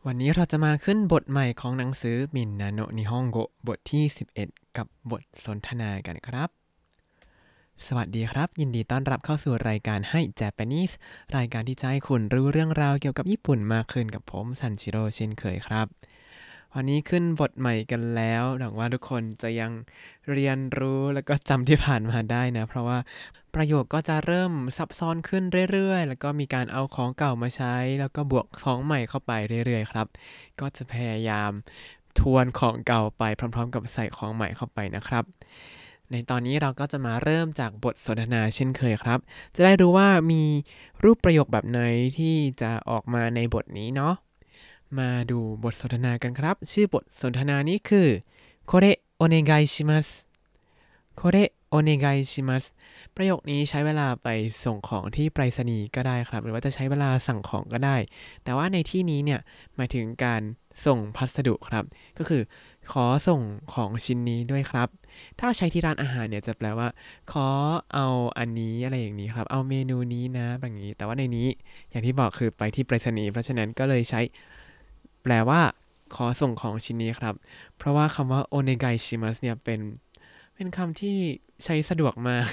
วันนี้เราจะมาขึ้นบทใหม่ของหนังสือมินนาโนะนิฮงโกบทที่11กับบทสนทนากันครับสวัสดีครับยินดีต้อนรับเข้าสู่รายการให้ Japanese รายการที่จะให้คุณรู้เรื่องราวเกี่ยวกับญี่ปุ่นมากขึ้นกับผมซันชิโร่เช่นเคยครับวันนี้ขึ้นบทใหม่กันแล้วหวังว่าทุกคนจะยังเรียนรู้แล้วก็จำที่ผ่านมาได้นะเพราะว่าประโยคก็จะเริ่มซับซ้อนขึ้นเรื่อยๆแล้วก็มีการเอาของเก่ามาใช้แล้วก็บวกของใหม่เข้าไปเรื่อยๆครับก็จะพยายามทวนของเก่าไปพร้อมๆกับใส่ของใหม่เข้าไปนะครับในตอนนี้เราก็จะมาเริ่มจากบทสนทนาเช่นเคยครับจะได้รู้ว่ามีรูปประโยคแบบไหนที่จะออกมาในบทนี้เนาะ มาดูบทสนทนากันครับชื่อบทสนทนานี้คือこれお願いしますこれお願いしますประโยคนี้ใช้เวลาไปส่งของที่ไปรษณีย์ก็ได้ครับหรือว่าจะใช้เวลาสั่งของก็ได้แต่ว่าในที่นี้เนี่ยหมายถึงการส่งพัสดุครับก็คือขอส่งของชิ้นนี้ด้วยครับถ้าใช้ที่ร้านอาหารเนี่ยจะแปลว่าขอเอาอันนี้อะไรอย่างนี้ครับเอาเมนูนี้นะแบบนี้แต่ว่าในนี้อย่างที่บอกคือไปที่ไปรษณีย์เพราะฉะนั้นก็เลยใช้ แปลว่าขอส่งของชิ้นนี้ครับเพราะว่าคำว่าโอเนไกชิมัสเนี่ยเป็นคำที่ใช้สะดวกมาก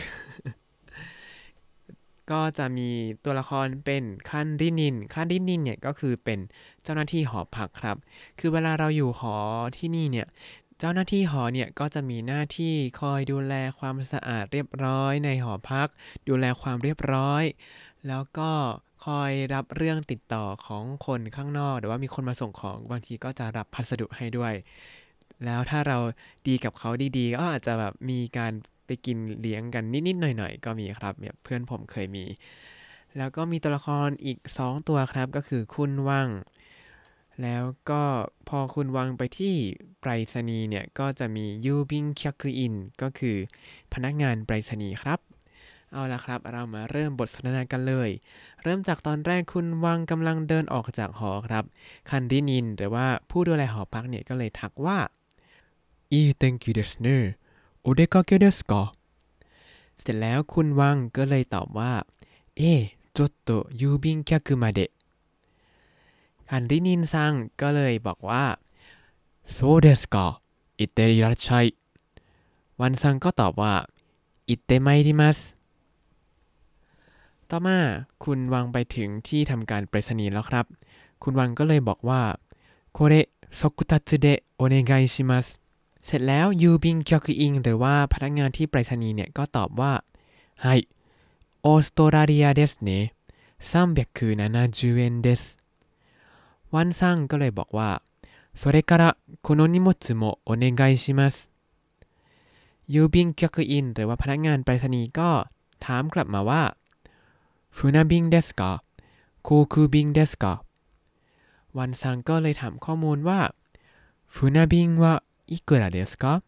ก็จะมีตัวละครเป็นคันรินินเนี่ยก็คือเป็นเจ้าหน้าที่หอพักครับคือเวลาเราอยู่หอที่นี่เนี่ยเจ้าหน้าที่หอเนี่ยก็จะมีหน้าที่คอยดูแลความสะอาดเรียบร้อยในหอพักดูแลความเรียบร้อยแล้วก็คอยรับเรื่องติดต่อของคนข้างนอกหรือว่ามีคนมาส่งของบางทีก็จะรับพัสดุให้ด้วยแล้วถ้าเราดีกับเขาดีๆก็อาจจะแบบมีการไปกินเลี้ยงกันนิดๆหน่อยๆก็มีครับแบบเพื่อนผมเคยมีแล้วก็มีตัวละครอีก2ตัวครับก็คือคุณวังแล้วก็พอคุณวังไปที่ไปรษณีย์เนี่ยก็จะมียูบิงค k คืออินก็คือพนักงานไปรษณีย์ครับเอาละครับเรามาเริ่มบทสนทนากันเลยเริ่มจากตอนแรกคุณวังกำลังเดินออกจากหอครับคันรินินหรือว่าผู้ดูแลหอพักเนี่ยก็เลยทักว่ายい天気ですねお出かけですかเสร็จแล้วคุณวังก็เลยตอบว่าเอ๊ะちょっと郵便局までคันรินินซังก็เลยบอกว่าそうですか行っていらっしゃいวันซังก็ตอบว่า行ってまいりますต่อมาคุณวังไปถึงที่ทำการไปรษณีย์แล้วครับคุณวังก็เลยบอกว่าこれ速達でお願いしますเสร็จแล้วยูบิงค k คืออิงหรือว่าพนักงานที่ไปรษณีย์เนี่ยก็ตอบว่าはいオーストラリアですね370円ですวันซังก็เลยบอกว่าそれからこの荷物もお願いしますยูบิงค k คืออินหรือว่าพนักงานไปรษณีย์ก็ถามกลับมาว่า船便ですか航空便ですかวันซังก็เลยถามข้อมูลว่า船便はいくらですか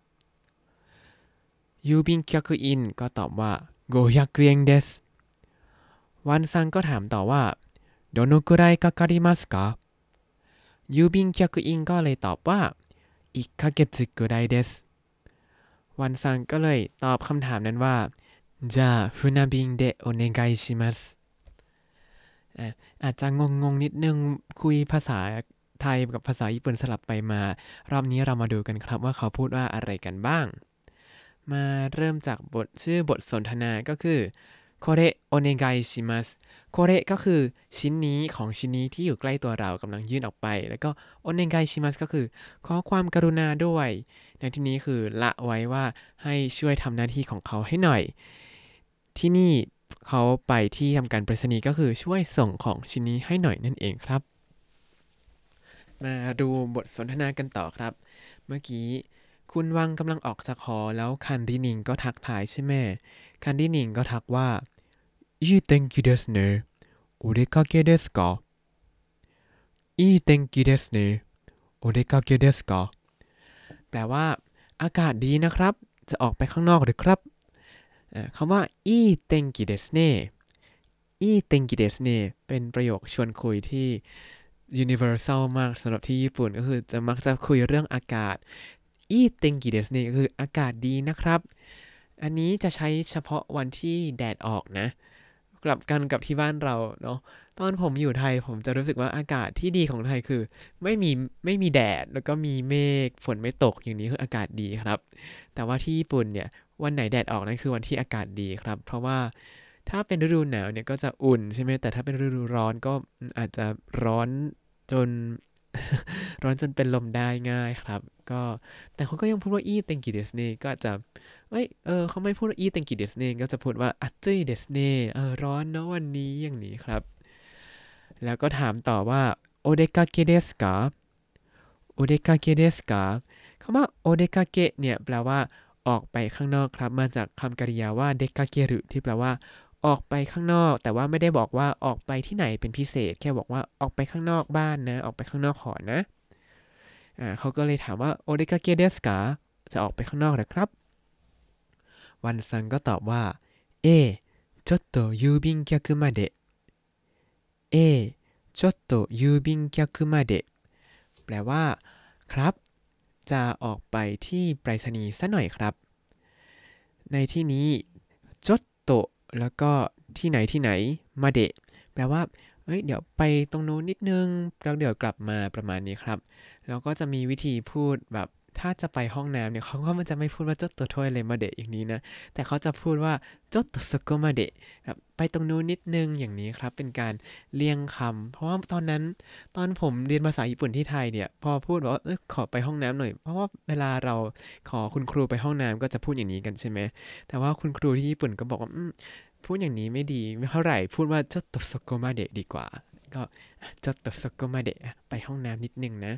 郵便局員ก็ตอบว่า500円ですวันซังก็ถามต่อว่าどのくらいかかりますか郵便局員ก็เลยตอบว่า1ヶ月くらいですวันซังก็เลยตอบคำถามนั้นว่าじゃあ船便でお願いしますอาจจะงงๆนิดนึงคุยภาษาไทยกับภาษาญี่ปุ่นสลับไปมารอบนี้เรามาดูกันครับว่าเขาพูดว่าอะไรกันบ้างมาเริ่มจากบทชื่อบทสนทนาก็คือโคเรโอเนไกชิมัสโคเรก็คือชิ้นนี้ของชิ้นนี้ที่อยู่ใกล้ตัวเรากำลังยื่นออกไปแล้วก็โอเนไกชิมัสก็คือขอความกรุณาด้วยในที่นี้คือละไว้ว่าให้ช่วยทำหน้าที่ของเขาให้หน่อยที่นี่เขาไปที่ทำการไปรษณีย์ก็คือช่วยส่งของชิ้นนี้ให้หน่อยนั่นเองครับมาดูบทสนทนากันต่อครับเมื่อกี้คุณวังกำลังออกจากหอแล้วคันดินิงก็ทักทายใช่ไหมคันดินิงก็ทักว่ายい天気ですねお出かけですかいい天気ですねお出かけですかแปลว่าอากาศดีนะครับจะออกไปข้างนอกหรือครับคำว่าอีเต็งกิเดสเน่อีเต็งกิเดสเน่เป็นประโยคชวนคุยที่ universal มากสำหรับที่ญี่ปุ่นก็คือจะมักจะคุยเรื่องอากาศอีเต็งกิเดสเน่ก็คืออากาศดีนะครับอันนี้จะใช้เฉพาะวันที่แดดออกนะกลับกันกับที่บ้านเราเนาะตอนผมอยู่ไทยผมจะรู้สึกว่าอากาศที่ดีของไทยคือไม่มีไม่มีแดดแล้วก็มีเมฆฝนไม่ตกอย่างนี้คืออากาศดีครับแต่ว่าที่ญี่ปุ่นเนี่ยวันไหนแดดออกนั่นคือวันที่อากาศดีครับเพราะว่าถ้าเป็นฤดูหนาวเนี่ยก็จะอุ่นใช่ไหมแต่ถ้าเป็นฤดูร้อนก็อาจจะร้อนจนร้อนจนเป็นลมได้ง่ายครับก็แต่เขาก็ยังพูดว่าอีเต็งกิเดสเน่ก็อาจจะ เขาไม่พูดว่าอีเต็งกิเดสเน่ก็จะพูดว่าอัตซึยเดสเน่ร้อนเนาะวันนี้อย่างนี้ครับแล้วก็ถามต่อว่าโอเดกาเกเดสกาโอเดกาเกเดสกาคำว่าโอเดกาเกะเนี่ยแปลว่าออกไปข้างนอกครับมาจากคำกริยาว่าเดกาเกรุที่แปลว่าออกไปข้างนอกแต่ว่าไม่ได้บอกว่าออกไปที่ไหนเป็นพิเศษแค่บอกว่าออกไปข้างนอกบ้านนะออกไปข้างนอกหอนะเขาก็เลยถามว่าโอเดกาเกเดสกาจะออกไปข้างนอกหรือครับวันซังก็ตอบว่าเอちょっと郵便局までเอちょっと郵便局までแปลว่าครับจะออกไปที่ไปรษณีย์ซะหน่อยครับในที่นี้จดโตแล้วก็ที่ไหนที่ไหนมาเดะแปลว่าเดี๋ยวไปตรงนู้นนิดนึงแล้วเดี๋ยวกลับมาประมาณนี้ครับแล้วก็จะมีวิธีพูดแบบถ้าจะไปห้องน้ำเนี่ยเขาก็มันจะไม่พูดว่าจดโตโทยเลยมาเดะอย่างนี้นะแต่เขาจะพูดว่าจดโตสโกมาเดะแบบไปตรงนู้นนิดนึงอย่างนี้ครับเป็นการเลี่ยงคำเพราะว่าตอนนั้นตอนผมเรียนภาษาญี่ปุ่นที่ไทยเนี่ยพอพูดว่าขอไปห้องน้ำหน่อยเพราะว่าเวลาเราขอคุณครูไปห้องน้ำก็จะพูดอย่างนี้กันใช่ไหม แต่ว่าคุณครูที่ญี่ปุ่นก็บอกว่าพูดอย่างนี้ไม่ดีไม่เท่าไหร่พูดว่าちょっとそこまでดีกว่าก็ちょっとそこまでไปห้องน้ำนิดนึงนะ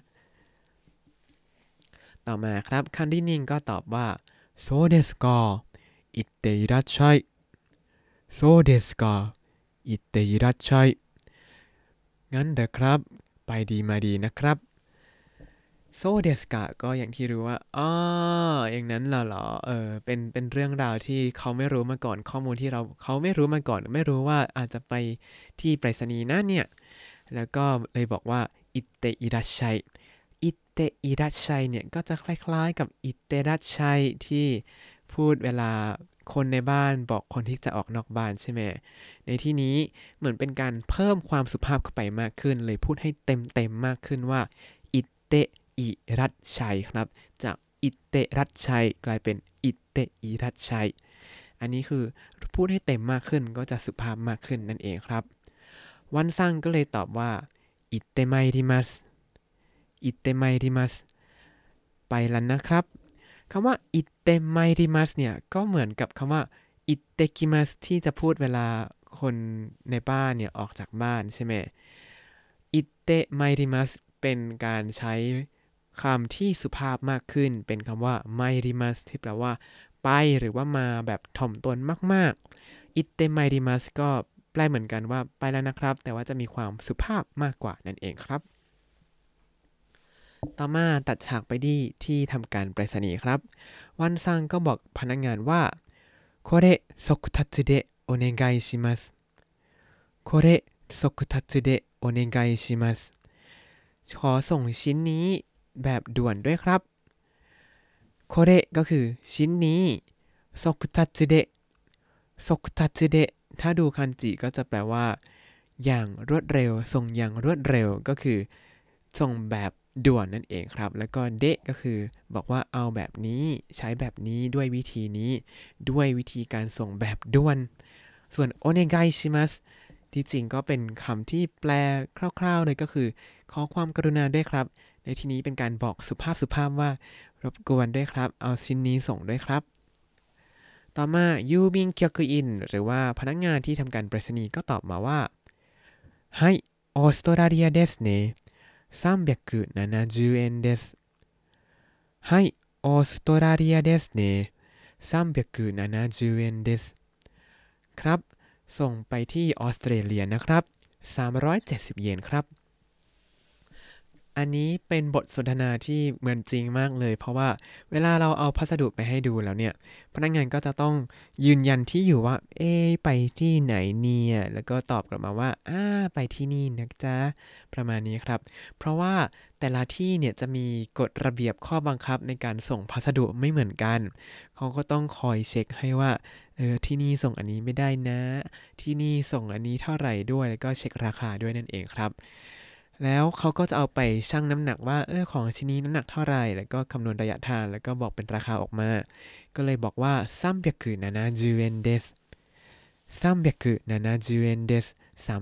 ต่อมาครับคันดินิงก็ตอบว่าそうですか行っていらっしゃいそうですか行っていらっしゃいงั้นเด้อครับไปดีมาดีนะครับโซเดสกะก็อย่างที่รู้ว่าอย่างนั้นเหรอเป็นเรื่องราวที่เขาไม่รู้มาก่อนข้อมูลที่เขาไม่รู้มาก่อนไม่รู้ว่าอาจจะไปที่ไปรษณีย์นะเนี่ยแล้วก็เลยบอกว่าอิเตอิรัชชัยอิเตอิรัชชัยเนี่ยก็จะคล้ายๆกับอิเตรัชชัยที่พูดเวลาคนในบ้านบอกคนที่จะออกนอกบ้านใช่ไหมในที่นี้เหมือนเป็นการเพิ่มความสุภาพเข้าไปมากขึ้นเลยพูดให้เต็มมากขึ้นว่าอิเต อิรัชชัยครับจากอิเตรัชชัยกลายเป็นอิเตอิรัชชัยอันนี้คือพูดให้เต็มมากขึ้นก็จะสุภาพมากขึ้นนั่นเองครับวันซังก็เลยตอบว่าอิเตไมริมัสอิเตไมริมัสไปแล้วนะครับคำว่าอิเตไมริมัสเนี่ยก็เหมือนกับคำว่าอิเตกิมัสที่จะพูดเวลาคนในบ้านเนี่ยออกจากบ้านใช่ไหมอิเตไมริมัสเป็นการใช้ คำที่สุภาพมากขึ้นเป็นคำว่าไมริมัสที่แปลว่าไปหรือว่ามาแบบถ่อมตนมากๆอิเตไมริมัสก็แปลเหมือนกันว่าไปแล้วนะครับแต่ว่าจะมีความสุภาพมากกว่านั่นเองครับต่อมาตัดฉากไปที่ทำการไปรษณีย์ครับวันซังก็บอกพนักงานว่าこれ速達でお願いしますこれ速達でお願いしますขอส่งชิ้นนี้แบบด่วนด้วยครับโคเรก็คือชิ้นนี้ซกุทัตสึเดะซกุทัตสึเดะถ้าดูคันจิก็จะแปลว่าอย่างรวดเร็วส่งอย่างรวดเร็วก็คือส่งแบบด่วนนั่นเองครับแล้วก็เดะก็คือบอกว่าเอาแบบนี้ใช้แบบนี้ด้วยวิธีนี้ด้วยวิธีการส่งแบบด่วนส่วนโอเนไกชิมัสที่จริงก็เป็นคำที่แปลคร่าวๆเลยก็คือขอความกรุณาด้วยครับในที่นี้เป็นการบอกสุภาพว่ารบกวนด้วยครับเอาชิ้นนี้ส่งด้วยครับต่อมายูบินเกียวกุอินหรือว่าพนักงานที่ทำการไปรษณีย์ก็ตอบมาว่าはいオーストラリアですね370円ですはいオーストラリアですね370円ですครับส่งไปที่ออสเตรเลียนะครับ370 เยนครับอันนี้เป็นบทสนทนาที่เหมือนจริงมากเลย เพราะว่าเวลาเราเอาพัสดุไปให้ดูแล้วเนี่ยพนักงานก็จะต้องยืนยันที่อยู่ว่าไปที่ไหนเนี่ยแล้วก็ตอบกลับมาว่าไปที่นี่นะจ๊ะประมาณนี้ครับเพราะว่าแต่ละที่เนี่ยจะมีกฎระเบียบข้อบังคับในการส่งพัสดุไม่เหมือนกันเขาก็ต้องคอยเช็คให้ว่าที่นี่ส่งอันนี้ไม่ได้นะที่นี่ส่งอันนี้เท่าไหร่ด้วยแล้วก็เช็คราคาด้วยนั่นเองครับแล้วเขาก็จะเอาไปชั่งน้ำหนักว่าของชิ้นนี้น้ำหนักเท่าไหร่แล้วก็คำนวณระยะทางแล้วก็บอกเป็นราคาออกมาก็เลยบอกว่า370เยนเดส370เยนเดส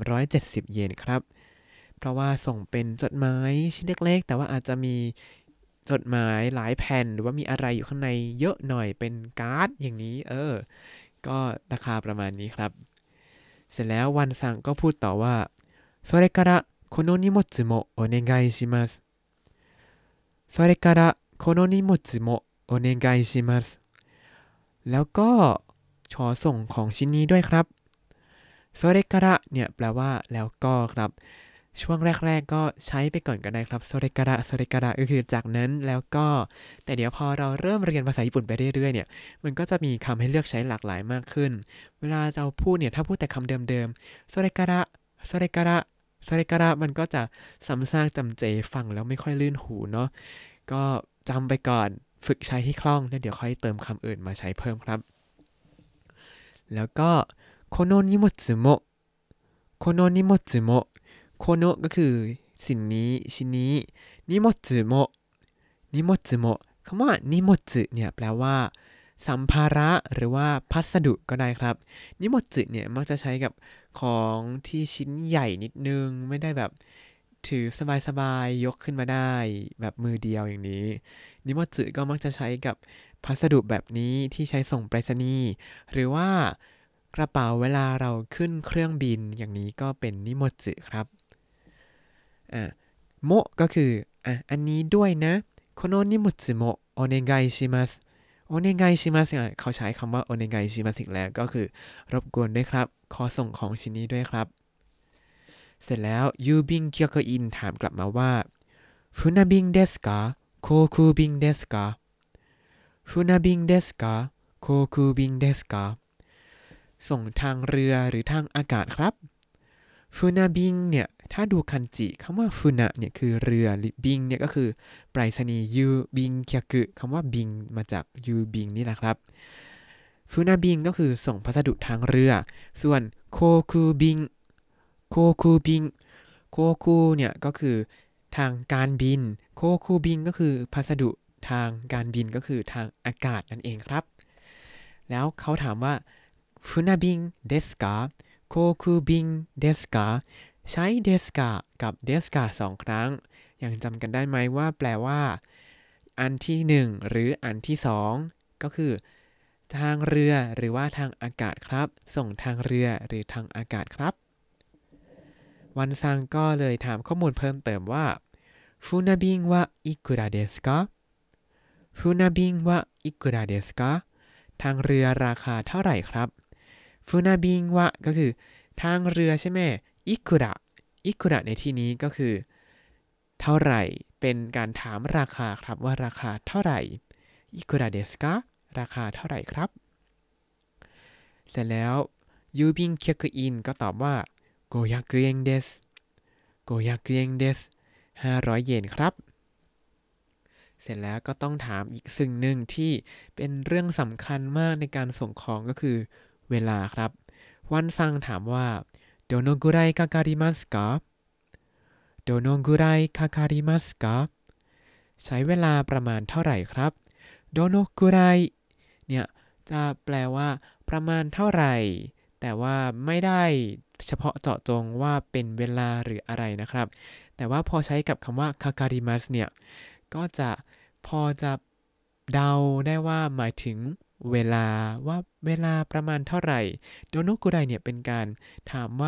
370เยนครับเพราะว่าส่งเป็นจดหมายชิ้นเล็กๆแต่ว่าอาจจะมีจดหมายหลายแผ่นหรือว่ามีอะไรอยู่ข้างในเยอะหน่อยเป็นการ์ดอย่างนี้ก็ราคาประมาณนี้ครับเสร็จแล้ววันซังก็พูดต่อว่าそれからこの荷物もお願いしますそれからこの荷物もお願いしますแล้วก็ขอส่งของชิ้นนี้ด้วยครับโซเรการะเนี่ยแปลว่าแล้วก็ครับช่วงแรกๆก็ใช้ไปก่อนก็ได้ครับโซเรการะก็คือจากนั้นแล้วก็แต่เดี๋ยวพอเราเริ่มเรียนภาษาญี่ปุ่นไปเรื่อยๆเนี่ยมันก็จะมีคำให้เลือกใช้หลากหลายมากขึ้นเวลาเราพูดเนี่ยถ้าพูดแต่คำเดิมๆโซเรการะมันก็จะซ้ำซากจำเจฟังแล้วไม่ค่อยลื่นหูเนาะก็จำไปก่อนฝึกใช้ให้คล่องแล้วเดี๋ยวค่อยเติมคำอื่นมาใช้เพิ่มครับแล้วก็โคโนนิโมจิโมโคโนนิโมจิโมโคโนก็คือสิ่งนี้ชิ้นนี้นิโมจิโมคำว่านิโมจิเนี่ยแปลว่าสัมภาระหรือว่าพัสดุก็ได้ครับนิโมจิเนี่ยมักจะใช้กับของที่ชิ้นใหญ่นิดนึงไม่ได้แบบถือสบายๆยกขึ้นมาได้แบบมือเดียวอย่างนี้นิโมจิก็มักจะใช้กับพัสดุแบบนี้ที่ใช้ส่งไปรษณีย์หรือว่ากระเป๋าเวลาเราขึ้นเครื่องบินอย่างนี้ก็เป็นนิโมจิครับอ่ะโมก็คืออันนี้ด้วยนะโคโนนิโมจิโมโอเนไกชิมัสโอเนไกชิมัสเขาใช้คำว่าโอเนไกชิมัสอีกแล้วก็คือรบกวนด้วยครับขอส่งของชิ้นนี้ด้วยครับเสร็จแล้วยูบิงเกียวกอินถามกลับมาว่าฟุนาบิงเดสกาโคคูบิงเดสกาฟุนาบิงเดสกาโคคูบิงเดสกาส่งทางเรือหรือทางอากาศครับฟูนาบิงเนี่ยถ้าดูคันจิคำว่าฟูนะเนี่ยคือเรือบิงเนี่ยก็คือไปรษณีย์ยูบิงเคียกุคำว่าบิงมาจากยูบิงนี่แหละครับฟูนาบิงก็คือส่งพัสดุทางเรือส่วนโคคูบิงโคคูบิงโคคูเนี่ยก็คือทางการบินโคคูบิงก็คือพัสดุทางการบินก็คือทางอากาศนั่นเองครับแล้วเขาถามว่าฟูนาบิงเดสกาโคคูบิงเดสกาใช้เดสกากับเดสกาสองครั้งยังจำกันได้ไหมว่าแปลว่าอันที่หนึ่งหรืออันที่สองก็คือทางเรือหรือว่าทางอากาศครับส่งทางเรือหรือทางอากาศครับวันซังก็เลยถามข้อมูลเพิ่มเติมว่าฟูนาบิงวะอิกุระเดสกาฟูนาบิงวะอิกุระเดสกาทางเรือราคาเท่าไหร่ครับฟูนาบิงวะก็คือทางเรือใช่ไหมอิคุระในที่นี้ก็คือเท่าไหร่เป็นการถามราคาครับว่าราคาเท่าไหร่อิคุระเดสการาคาเท่าไหร่ครับเสร็จแล้วยูบิงเคียกอินก็ตอบว่า500เยนเดส500เยนเดส500เยนครับเสร็จแล้วก็ต้องถามอีกสิ่งหนึ่งที่เป็นเรื่องสำคัญมากในการส่งของก็คือเวลาครับวันซังถามว่าどのぐらいかかりますかどのぐらいかかりますかใช้เวลาประมาณเท่าไหร่ครับโดโนกุไรเนี่ยจะแปลว่าประมาณเท่าไหร่แต่ว่าไม่ได้เฉพาะเจาะจงว่าเป็นเวลาหรืออะไรนะครับแต่ว่าพอใช้กับคำว่าคาการิมัสเนี่ยก็จะพอจะเดาได้ว่าหมายถึงเวลาว่าเวลาประมาณเท่าไหร่โดโนกุไรเนี่ยเป็นการถามว่าป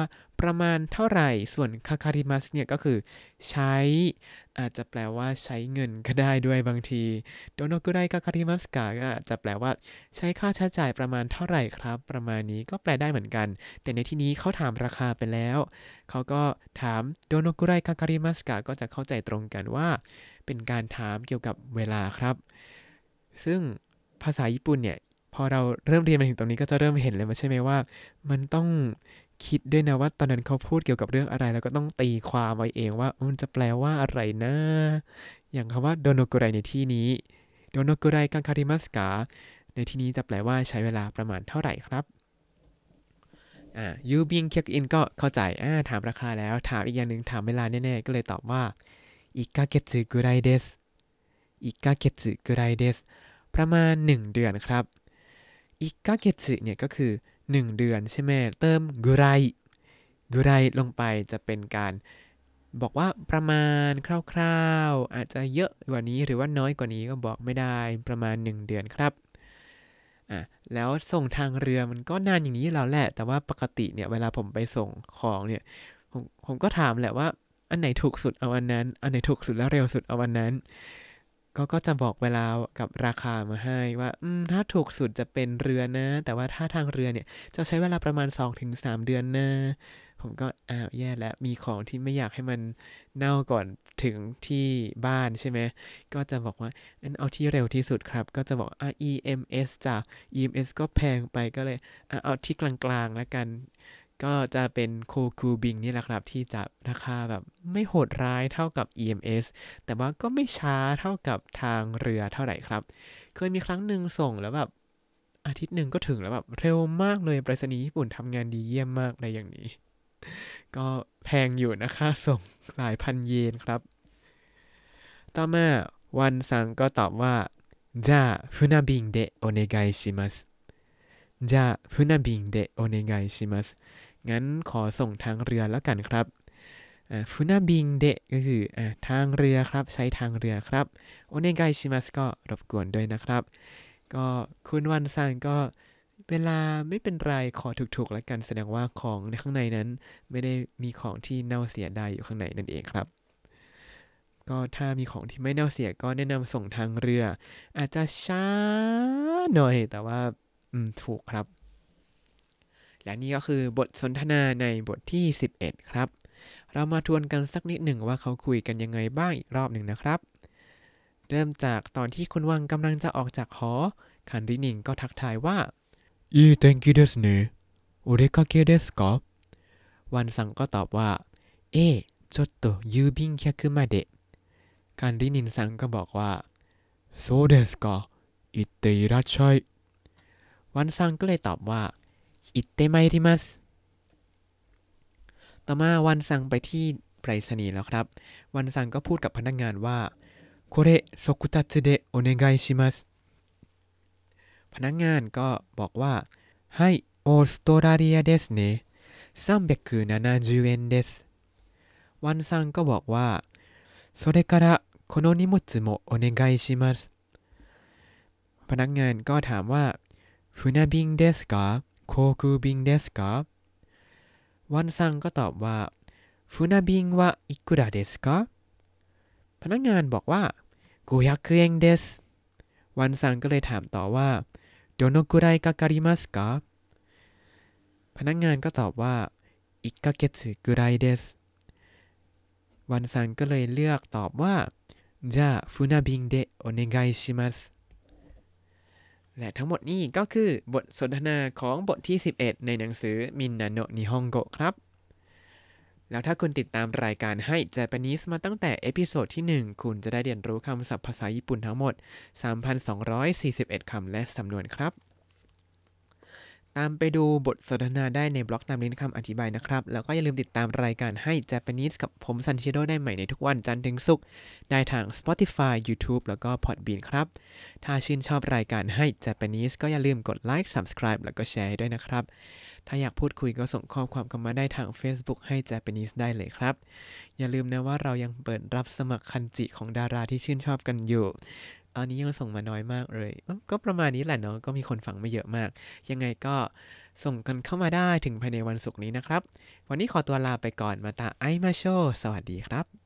ประมาณเท่าไหร่ส่วนคาคาริมัสเนี่ยก็คือใช้อาจจะแปลว่าใช้เงินก็ได้ด้วยบางทีโดโนกุไรคาคาริมัสกะก็อาจจะแปลว่าใช้ค่าใช้จ่ายประมาณเท่าไหร่ครับประมาณนี้ก็แปลได้เหมือนกันแต่ในที่นี้เขาถามราคาไปแล้วเขาก็ถามโดโนกุไรคาคาริมัสกะก็จะเข้าใจตรงกันว่าเป็นการถามเกี่ยวกับเวลาครับซึ่งภาษาญี่ปุ่นเนี่ยพอเราเริ่มเรียนมาถึงตรงนี้ก็จะเริ่มเห็นเลยใช่ไหมว่ามันต้องคิดด้วยนะว่าตอนนั้นเขาพูดเกี่ยวกับเรื่องอะไรแล้วก็ต้องตีความไว้เองว่ามันจะแปลว่าอะไรนะอย่างคำว่าโดโนกุไรในที่นี้โดโนกุไรกังคาริมัสกะในที่นี้จะแปลว่าใช้เวลาประมาณเท่าไหร่ครับยูบิงเช็คอินก็เข้าใจถามราคาแล้วถามอีกอย่างหนึ่งถามเวลาแน่ๆก็เลยตอบว่า1ヶ月ぐらいです1ヶ月ぐらいですประมาณ1เดือนครับ1ヶ月เนี่ยก็คือ1เดือนใช่ไหมเติมกุไรลงไปจะเป็นการบอกว่าประมาณคร่าวๆอาจจะเยอะกว่านี้หรือว่าน้อยกว่านี้ก็บอกไม่ได้ประมาณ1เดือนครับแล้วส่งทางเรือมันก็นานอย่างนี้แล้วแหละแต่ว่าปกติเนี่ยเวลาผมไปส่งของเนี่ยผมก็ถามแหละว่าอันไหนถูกสุดเอาอันนั้นอันไหนถูกสุดแล้วเร็วสุดเอาอันนั้นก็จะบอกเวลากับราคามาให้ว่าถ้าถูกสุดจะเป็นเรือนะแต่ว่าถ้าทางเรือเนี่ยจะใช้เวลาประมาณ 2-3 เดือนนะผมก็แย่แล้วมีของที่ไม่อยากให้มันเน่าก่อนถึงที่บ้านใช่ไหมก็จะบอกว่างั้นเอาที่เร็วที่สุดครับก็จะบอกEMS จ้ะ EMS ก็แพงไปก็เลยเอาที่กลางๆแล้วกันก็จะเป็นโคคูบิงนี่แหละครับที่จะราคาแบบไม่โหดร้ายเท่ากับ EMS แต่ว่าก็ไม่ช้าเท่ากับทางเรือเท่าไหร่ครับเคยมีครั้งหนึ่งส่งแล้วแบบอาทิตย์หนึ่งก็ถึงแล้วแบบเร็วมากเลยไปรษณีย์ญี่ปุ่นทำงานดีเยี่ยมมากอะไรอย่างนี้ก็แพงอยู่นะคะส่งหลายพันเยนครับต่อมาวันซังก็ตอบว่าじゃあ船便でお願いしますじゃあ船便でお願いしますงั้นขอส่งทางเรือแล้วกันครับฟุนาบิงเดะก็คือทางเรือครับใช้ทางเรือครับโอเนไกชิมัสก็รบกวนด้วยนะครับก็คุณวันซังก็เวลาไม่เป็นไรขอถูกๆแล้วกันแสดงว่าของในข้างในนั้นไม่ได้มีของที่เน่าเสียได้อยู่ข้างในนั่นเองครับก็ถ้ามีของที่ไม่เน่าเสียก็แนะนำส่งทางเรืออาจจะช้าหน่อยแต่ว่าถูกครับและนี่ก็คือบทสนทนาในบทที่11ครับเรามาทวนกันสักนิดหนึ่งว่าเขาคุยกันยังไงบ้างอีกรอบหนึ่งนะครับเริ่มจากตอนที่คุณวังกำลังจะออกจากหอคันรินิงก็ทักทายว่ายい天気ですねお出かけですかวันซังก็ตอบว่าちょっと郵便局までคันรินินซังก็บอกว่าそうですか行っていらっしゃいวันซังก็เลยตอบว่า行ってまいりますต่อมาวันซังไปที่ไปรษณีย์แล้วครับวันซังก็พูดกับพนักงานว่าこれ速達でお願いしますพนักงานก็บอกว่าはいオーストラリアですね370円ですวันซังก็บอกว่าそれからこの荷物もお願いしますพนักงานก็ถามว่า船便ですか航空便ですかวันซังก็ตอบว่าฟูนาบิงวะอิกุระเดสกะพนักงานบอกว่า500円ですวันซังก็เลยถามต่อว่าโดโนกุไรกะการิมัสกะพนักงานก็ตอบว่า1ヶ月ぐらいですวันซังก็เลยเลือกตอบว่าじゃあ船便でお願いしますและทั้งหมดนี้ก็คือบทสนทนาของบทที่11ในหนังสือมินนาโนะนิฮงโกะครับแล้วถ้าคุณติดตามรายการให้ Japanese มาตั้งแต่เอพิโซดที่1คุณจะได้เรียนรู้คำศัพท์ภาษาญี่ปุ่นทั้งหมด 3,241 คำและสำนวนครับตามไปดูบทสนทนาได้ในบล็อกตามลิงก์คำอธิบายนะครับแล้วก็อย่าลืมติดตามรายการให้ Japanese กับผมซันชิโร่ได้ใหม่ในทุกวันจันทร์ถึงศุกร์ได้ทาง Spotify YouTube แล้วก็ Podbean ครับถ้าชื่นชอบรายการให้ Japanese ก็อย่าลืมกดไลค์ Subscribe แล้วก็แชร์ด้วยนะครับถ้าอยากพูดคุยก็ส่งข้อความกันมาได้ทาง Facebook ให้ Japanese ได้เลยครับอย่าลืมนะว่าเรายังเปิดรับสมัครคันจิของดาราที่ชื่นชอบกันอยู่อันนี้ยังส่งมาน้อยมากเลยก็ประมาณนี้แหละเนาะก็มีคนฟังไม่เยอะมากยังไงก็ส่งกันเข้ามาได้ถึงภายในวันศุกร์นี้นะครับวันนี้ขอตัวลาไปก่อนมาตาไอมาโชสวัสดีครับ